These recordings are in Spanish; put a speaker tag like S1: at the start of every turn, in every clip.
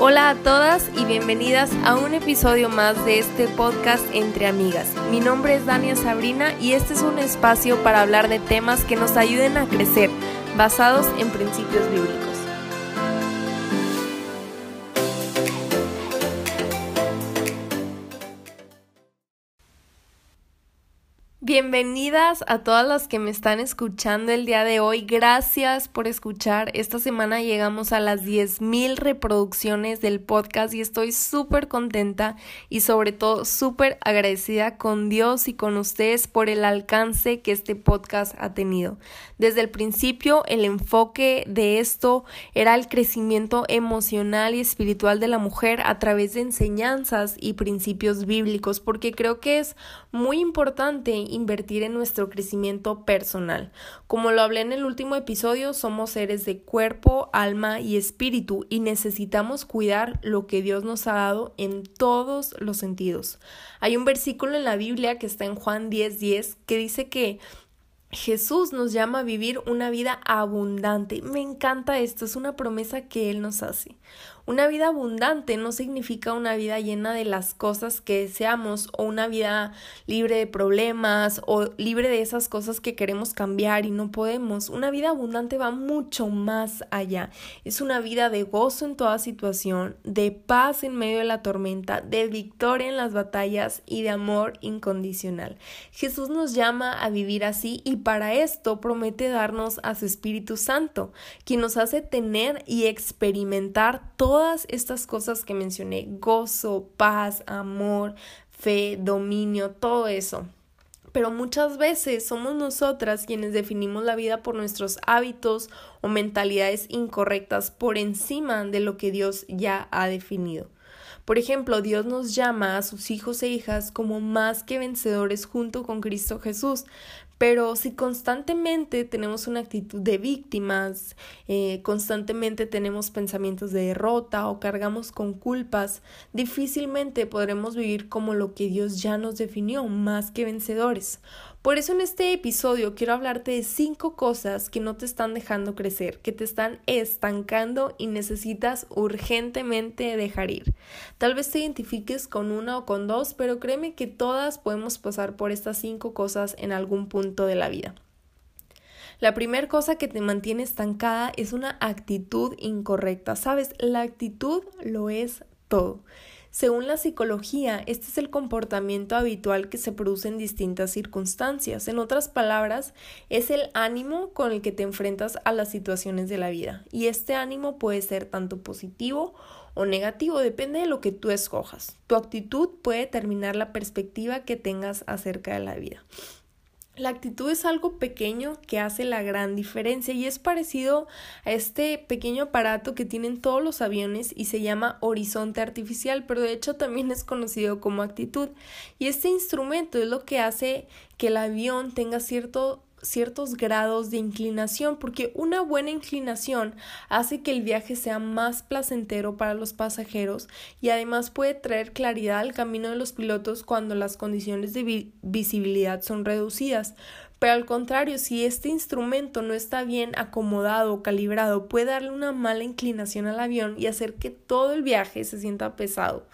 S1: Hola a todas y bienvenidas a un episodio más de este podcast Entre Amigas. Mi nombre es Dania Sabrina y este es un espacio para hablar de temas que nos ayuden a crecer, basados en principios bíblicos. Bienvenidas a todas las que me están escuchando el día de hoy. Gracias por escuchar. Esta semana llegamos a las 10,000 reproducciones del podcast y estoy súper contenta y sobre todo súper agradecida con Dios y con ustedes por el alcance que este podcast ha tenido. Desde el principio, el enfoque de esto era el crecimiento emocional y espiritual de la mujer a través de enseñanzas y principios bíblicos, porque creo que es muy importante invertir en nuestro crecimiento personal. Como lo hablé en el último episodio, somos seres de cuerpo, alma y espíritu y necesitamos cuidar lo que Dios nos ha dado en todos los sentidos. Hay un versículo en la Biblia que está en Juan 10:10 que dice que Jesús nos llama a vivir una vida abundante. Me encanta esto, es una promesa que Él nos hace. Una vida abundante no significa una vida llena de las cosas que deseamos o una vida libre de problemas o libre de esas cosas que queremos cambiar y no podemos. Una vida abundante va mucho más allá. Es una vida de gozo en toda situación, de paz en medio de la tormenta, de victoria en las batallas y de amor incondicional. Jesús nos llama a vivir así y para esto promete darnos a su Espíritu Santo, quien nos hace tener y experimentar todas estas cosas que mencioné: gozo, paz, amor, fe, dominio, todo eso. Pero muchas veces somos nosotras quienes definimos la vida por nuestros hábitos o mentalidades incorrectas por encima de lo que Dios ya ha definido. Por ejemplo, Dios nos llama a sus hijos e hijas como más que vencedores junto con Cristo Jesús. Pero si constantemente tenemos una actitud de víctimas, constantemente tenemos pensamientos de derrota o cargamos con culpas, difícilmente podremos vivir como lo que Dios ya nos definió, más que vencedores. Por eso en este episodio quiero hablarte de 5 cosas que no te están dejando crecer, que te están estancando y necesitas urgentemente dejar ir. Tal vez te identifiques con una o con 2, pero créeme que todas podemos pasar por estas 5 cosas en algún punto de la vida. La primera cosa que te mantiene estancada es una actitud incorrecta. ¿Sabes? La actitud lo es todo. Según la psicología, este es el comportamiento habitual que se produce en distintas circunstancias. En otras palabras, es el ánimo con el que te enfrentas a las situaciones de la vida. Y este ánimo puede ser tanto positivo o negativo, depende de lo que tú escojas. Tu actitud puede determinar la perspectiva que tengas acerca de la vida. La actitud es algo pequeño que hace la gran diferencia y es parecido a este pequeño aparato que tienen todos los aviones y se llama horizonte artificial, pero de hecho también es conocido como actitud. Y este instrumento es lo que hace que el avión tenga ciertos grados de inclinación, porque una buena inclinación hace que el viaje sea más placentero para los pasajeros y además puede traer claridad al camino de los pilotos cuando las condiciones de visibilidad son reducidas. Pero al contrario, si este instrumento no está bien acomodado o calibrado, puede darle una mala inclinación al avión y hacer que todo el viaje se sienta pesado.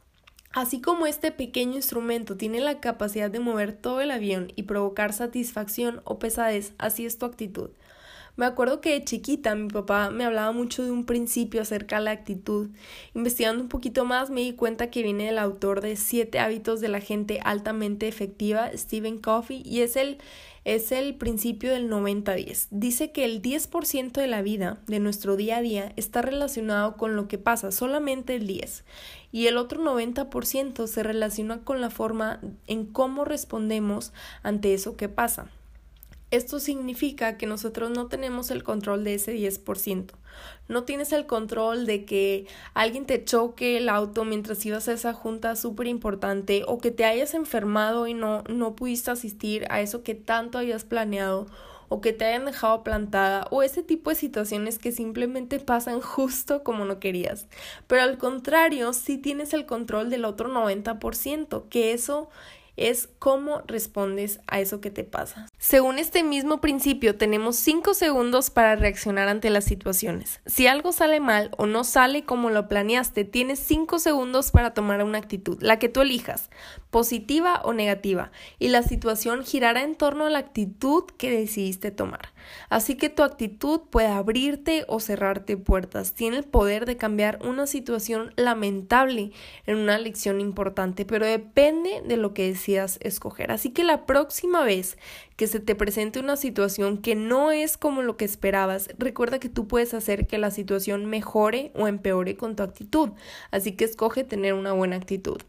S1: Así como este pequeño instrumento tiene la capacidad de mover todo el avión y provocar satisfacción o pesadez, así es tu actitud. Me acuerdo que de chiquita mi papá me hablaba mucho de un principio acerca de la actitud. Investigando un poquito más me di cuenta que viene del autor de 7 hábitos de la gente altamente efectiva, Stephen Covey, y es el principio del 90-10. Dice que el 10% de la vida, de nuestro día a día, está relacionado con lo que pasa, solamente el 10%. Y el otro 90% se relaciona con la forma en cómo respondemos ante eso que pasa. Esto significa que nosotros no tenemos el control de ese 10%. No tienes el control de que alguien te choque el auto mientras ibas a esa junta súper importante o que te hayas enfermado y no pudiste asistir a eso que tanto habías planeado o que te hayan dejado plantada o ese tipo de situaciones que simplemente pasan justo como no querías. Pero al contrario, sí tienes el control del otro 90%, que eso es cómo respondes a eso que te pasa. Según este mismo principio, tenemos 5 segundos para reaccionar ante las situaciones. Si algo sale mal o no sale como lo planeaste, tienes 5 segundos para tomar una actitud, la que tú elijas, positiva o negativa, y la situación girará en torno a la actitud que decidiste tomar. Así que tu actitud puede abrirte o cerrarte puertas. Tiene el poder de cambiar una situación lamentable en una lección importante, pero depende de lo que decidas escoger. Así que la próxima vez que se te presente una situación que no es como lo que esperabas, recuerda que tú puedes hacer que la situación mejore o empeore con tu actitud. Así que escoge tener una buena actitud.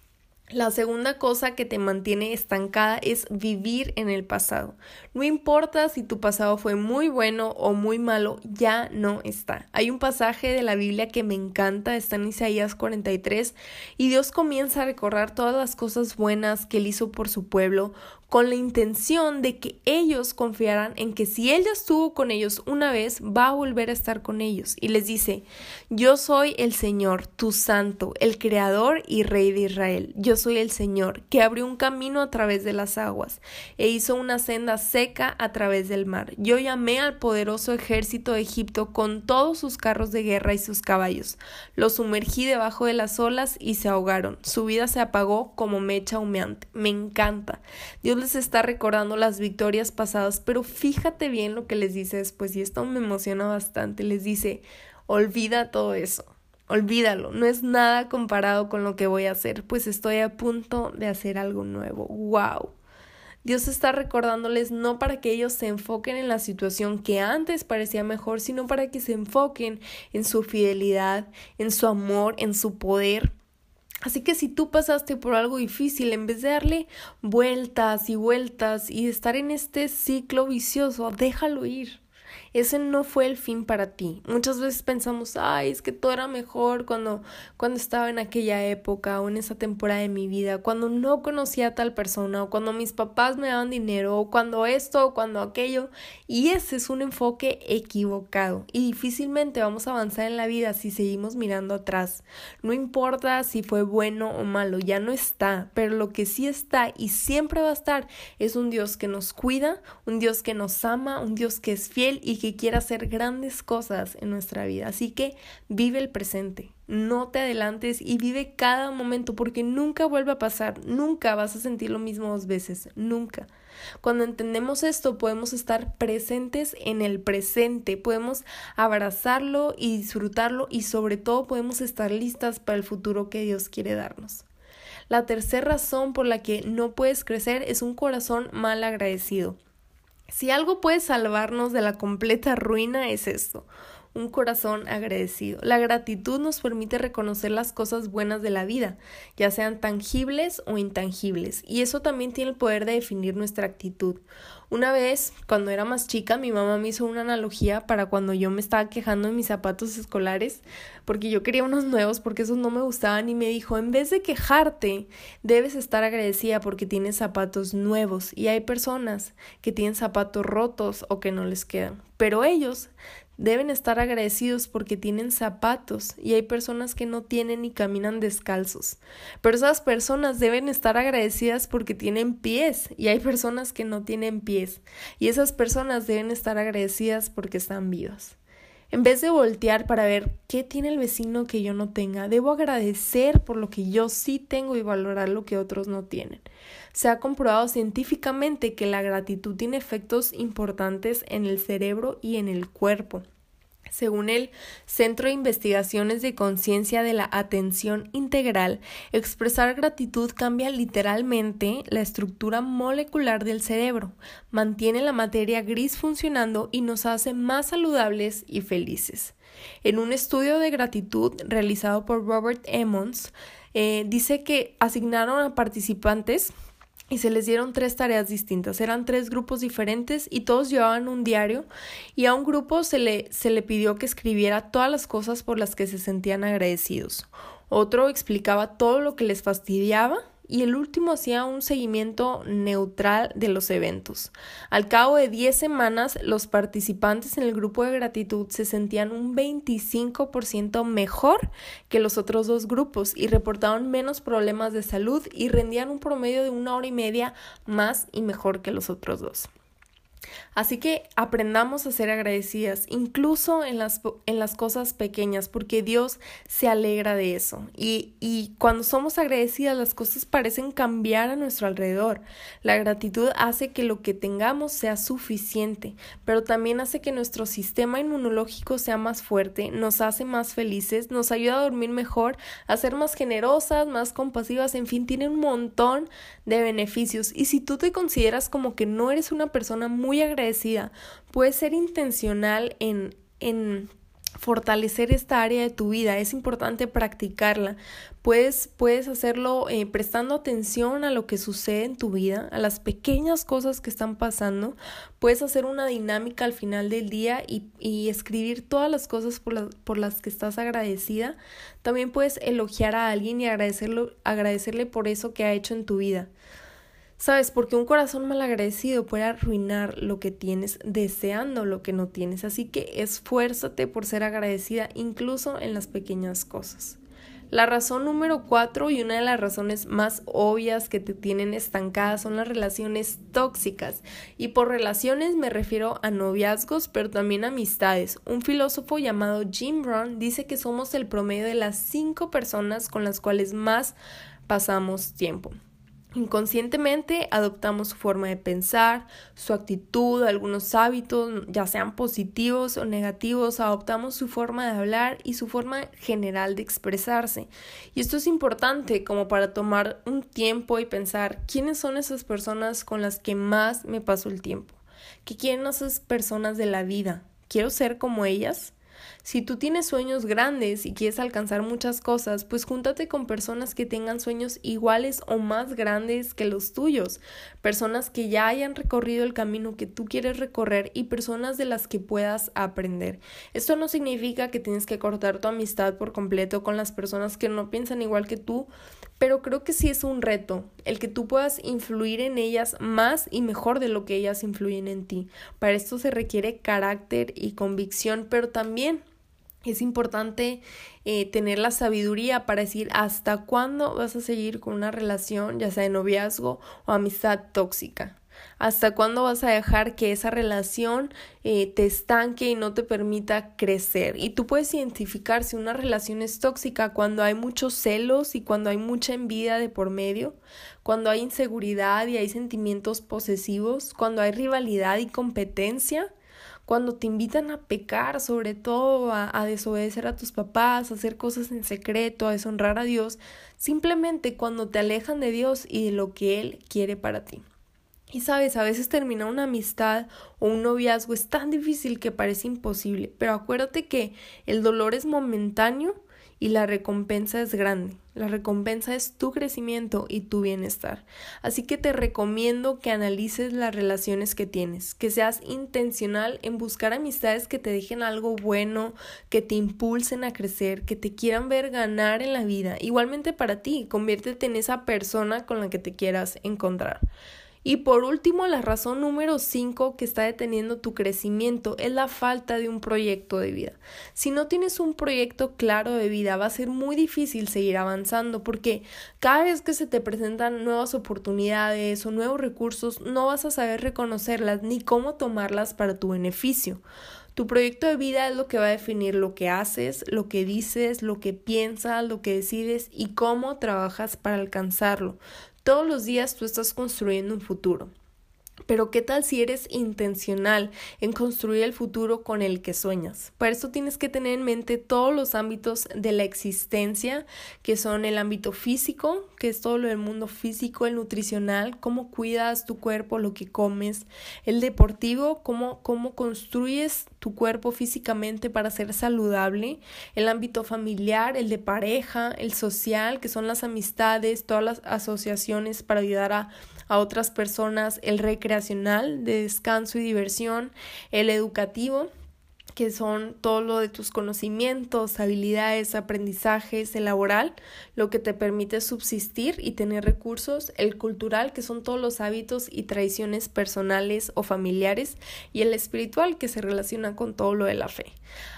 S1: La segunda cosa que te mantiene estancada es vivir en el pasado. No importa si tu pasado fue muy bueno o muy malo, ya no está. Hay un pasaje de la Biblia que me encanta, está en Isaías 43, y Dios comienza a recordar todas las cosas buenas que Él hizo por su pueblo, con la intención de que ellos confiaran en que si Él ya estuvo con ellos una vez, va a volver a estar con ellos. Y les dice: yo soy el Señor, tu santo, el creador y rey de Israel. Yo soy el Señor, que abrió un camino a través de las aguas e hizo una senda seca a través del mar. Yo llamé al poderoso ejército de Egipto con todos sus carros de guerra y sus caballos. Los sumergí debajo de las olas y se ahogaron. Su vida se apagó como mecha humeante. Me encanta. Dios les está recordando las victorias pasadas, pero fíjate bien lo que les dice después, y esto me emociona bastante. Les dice: olvida todo eso, olvídalo, no es nada comparado con lo que voy a hacer, pues estoy a punto de hacer algo nuevo. ¡Wow! Dios está recordándoles no para que ellos se enfoquen en la situación que antes parecía mejor, sino para que se enfoquen en su fidelidad, en su amor, en su poder. Así que si tú pasaste por algo difícil, en vez de darle vueltas y vueltas y de estar en este ciclo vicioso, déjalo ir. Ese no fue el fin para ti. Muchas veces pensamos: ay, es que todo era mejor cuando estaba en aquella época o en esa temporada de mi vida, cuando no conocía a tal persona, o cuando mis papás me daban dinero, o cuando esto, o cuando aquello. Y ese es un enfoque equivocado, y difícilmente vamos a avanzar en la vida si seguimos mirando atrás. No importa si fue bueno o malo, ya no está, pero lo que sí está y siempre va a estar es un Dios que nos cuida, un Dios que nos ama, un Dios que es fiel y que quiere hacer grandes cosas en nuestra vida. Así que vive el presente, no te adelantes y vive cada momento, porque nunca vuelve a pasar, nunca vas a sentir lo mismo 2 veces, nunca. Cuando entendemos esto, podemos estar presentes en el presente, podemos abrazarlo y disfrutarlo, y sobre todo podemos estar listas para el futuro que Dios quiere darnos. La tercera razón por la que no puedes crecer es un corazón mal agradecido. Si algo puede salvarnos de la completa ruina es esto: un corazón agradecido. La gratitud nos permite reconocer las cosas buenas de la vida, ya sean tangibles o intangibles, y eso también tiene el poder de definir nuestra actitud. Una vez, cuando era más chica, mi mamá me hizo una analogía para cuando yo me estaba quejando de mis zapatos escolares, porque yo quería unos nuevos porque esos no me gustaban, y me dijo: en vez de quejarte, debes estar agradecida porque tienes zapatos nuevos, y hay personas que tienen zapatos rotos o que no les quedan, pero ellos deben estar agradecidos porque tienen zapatos, y hay personas que no tienen y caminan descalzos. Pero esas personas deben estar agradecidas porque tienen pies, y hay personas que no tienen pies. Y esas personas deben estar agradecidas porque están vivas. En vez de voltear para ver qué tiene el vecino que yo no tenga, debo agradecer por lo que yo sí tengo y valorar lo que otros no tienen. Se ha comprobado científicamente que la gratitud tiene efectos importantes en el cerebro y en el cuerpo. Según el Centro de Investigaciones de Conciencia de la Atención Integral, expresar gratitud cambia literalmente la estructura molecular del cerebro, mantiene la materia gris funcionando y nos hace más saludables y felices. En un estudio de gratitud realizado por Robert Emmons, dice que asignaron a participantes y se les dieron 3 tareas distintas. Eran 3 grupos diferentes y todos llevaban un diario, y a un grupo se le pidió que escribiera todas las cosas por las que se sentían agradecidos. Otro explicaba todo lo que les fastidiaba, y el último hacía un seguimiento neutral de los eventos. Al cabo de 10 semanas, los participantes en el grupo de gratitud se sentían un 25% mejor que los otros 2 grupos y reportaban menos problemas de salud y rendían un promedio de 1 hora y media más y mejor que los otros 2. Así que aprendamos a ser agradecidas, incluso en las cosas pequeñas, porque Dios se alegra de eso. Y cuando somos agradecidas, las cosas parecen cambiar a nuestro alrededor. La gratitud hace que lo que tengamos sea suficiente, pero también hace que nuestro sistema inmunológico sea más fuerte, nos hace más felices, nos ayuda a dormir mejor, a ser más generosas, más compasivas, en fin, tiene un montón de beneficios. Y si tú te consideras como que no eres una persona muy agradecida, puedes ser intencional en fortalecer esta área de tu vida. Es importante practicarla. Puedes hacerlo prestando atención a lo que sucede en tu vida, a las pequeñas cosas que están pasando. Puedes hacer una dinámica al final del día y escribir todas las cosas por las que estás agradecida. También puedes elogiar a alguien y agradecerle por eso que ha hecho en tu vida. ¿Sabes? Porque un corazón malagradecido puede arruinar lo que tienes deseando lo que no tienes. Así que esfuérzate por ser agradecida incluso en las pequeñas cosas. La razón número 4 y una de las razones más obvias que te tienen estancada son las relaciones tóxicas. Y por relaciones me refiero a noviazgos, pero también a amistades. Un filósofo llamado Jim Rohn dice que somos el promedio de las 5 personas con las cuales más pasamos tiempo. Inconscientemente adoptamos su forma de pensar, su actitud, algunos hábitos, ya sean positivos o negativos, adoptamos su forma de hablar y su forma general de expresarse. Y esto es importante como para tomar un tiempo y pensar quiénes son esas personas con las que más me paso el tiempo. ¿Qué quieren esas personas de la vida? ¿Quiero ser como ellas? Si tú tienes sueños grandes y quieres alcanzar muchas cosas, pues júntate con personas que tengan sueños iguales o más grandes que los tuyos, personas que ya hayan recorrido el camino que tú quieres recorrer y personas de las que puedas aprender. Esto no significa que tienes que cortar tu amistad por completo con las personas que no piensan igual que tú, pero creo que sí es un reto, el que tú puedas influir en ellas más y mejor de lo que ellas influyen en ti. Para esto se requiere carácter y convicción, pero también es importante tener la sabiduría para decir hasta cuándo vas a seguir con una relación, ya sea de noviazgo o amistad tóxica. ¿Hasta cuándo vas a dejar que esa relación te estanque y no te permita crecer? Y tú puedes identificar si una relación es tóxica cuando hay muchos celos y cuando hay mucha envidia de por medio, cuando hay inseguridad y hay sentimientos posesivos, cuando hay rivalidad y competencia, cuando te invitan a pecar, sobre todo a desobedecer a tus papás, a hacer cosas en secreto, a deshonrar a Dios, simplemente cuando te alejan de Dios y de lo que Él quiere para ti. Y sabes, a veces terminar una amistad o un noviazgo es tan difícil que parece imposible, pero acuérdate que el dolor es momentáneo y la recompensa es grande. La recompensa es tu crecimiento y tu bienestar. Así que te recomiendo que analices las relaciones que tienes, que seas intencional en buscar amistades que te dejen algo bueno, que te impulsen a crecer, que te quieran ver ganar en la vida. Igualmente para ti, conviértete en esa persona con la que te quieras encontrar. Y por último, la razón número 5 que está deteniendo tu crecimiento es la falta de un proyecto de vida. Si no tienes un proyecto claro de vida, va a ser muy difícil seguir avanzando porque cada vez que se te presentan nuevas oportunidades o nuevos recursos, no vas a saber reconocerlas ni cómo tomarlas para tu beneficio. Tu proyecto de vida es lo que va a definir lo que haces, lo que dices, lo que piensas, lo que decides y cómo trabajas para alcanzarlo. Todos los días tú estás construyendo un futuro. Pero ¿qué tal si eres intencional en construir el futuro con el que sueñas? Para eso tienes que tener en mente todos los ámbitos de la existencia, que son el ámbito físico, que es todo lo del mundo físico, el nutricional, cómo cuidas tu cuerpo, lo que comes, el deportivo, cómo construyes tu cuerpo físicamente para ser saludable, el ámbito familiar, el de pareja, el social, que son las amistades, todas las asociaciones para ayudar a otras personas, el recreacional de descanso y diversión, el educativo, que son todo lo de tus conocimientos, habilidades, aprendizajes, el laboral, lo que te permite subsistir y tener recursos, el cultural, que son todos los hábitos y tradiciones personales o familiares, y el espiritual, que se relaciona con todo lo de la fe.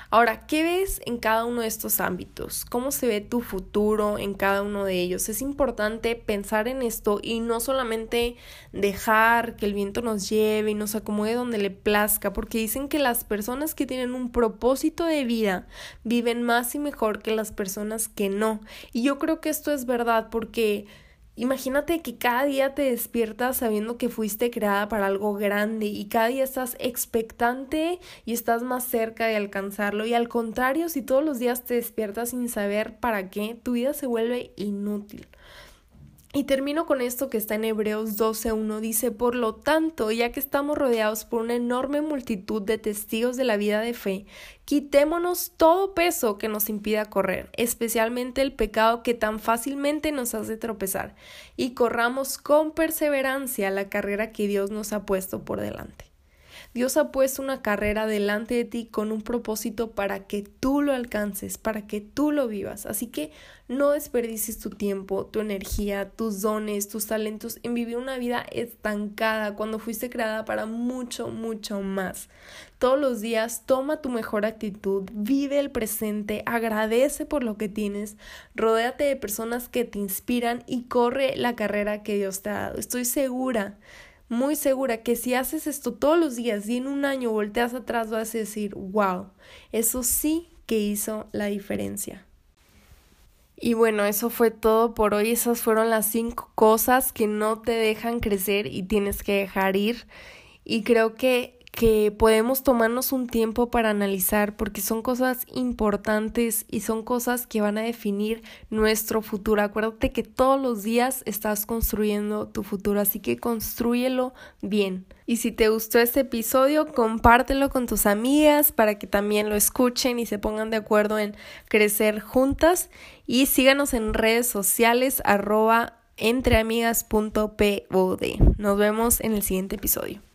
S1: Ahora, ¿qué ves en cada uno de estos ámbitos? ¿Cómo se ve tu futuro en cada uno de ellos? Es importante pensar en esto y no solamente dejar que el viento nos lleve y nos acomode donde le plazca, porque dicen que las personas que tienen un propósito de vida viven más y mejor que las personas que no. Y yo creo que esto es verdad porque imagínate que cada día te despiertas sabiendo que fuiste creada para algo grande y cada día estás expectante y estás más cerca de alcanzarlo. Y al contrario, si todos los días te despiertas sin saber para qué, tu vida se vuelve inútil. Y termino con esto que está en Hebreos 12:1, dice: por lo tanto, ya que estamos rodeados por una enorme multitud de testigos de la vida de fe, quitémonos todo peso que nos impida correr, especialmente el pecado que tan fácilmente nos hace tropezar, y corramos con perseverancia la carrera que Dios nos ha puesto por delante. Dios ha puesto una carrera delante de ti con un propósito para que tú lo alcances, para que tú lo vivas. Así que no desperdicies tu tiempo, tu energía, tus dones, tus talentos en vivir una vida estancada cuando fuiste creada para mucho, mucho más. Todos los días toma tu mejor actitud, vive el presente, agradece por lo que tienes, rodéate de personas que te inspiran y corre la carrera que Dios te ha dado. Estoy segura, muy segura que si haces esto todos los días y en un año volteas atrás vas a decir, wow, eso sí que hizo la diferencia. Y bueno, eso fue todo por hoy. Esas fueron las 5 cosas que no te dejan crecer y tienes que dejar ir. Y creo que podemos tomarnos un tiempo para analizar porque son cosas importantes y son cosas que van a definir nuestro futuro. Acuérdate que todos los días estás construyendo tu futuro, así que constrúyelo bien. Y si te gustó este episodio, compártelo con tus amigas para que también lo escuchen y se pongan de acuerdo en crecer juntas. Y síganos en redes sociales @entreamigas.pod. Nos vemos en el siguiente episodio.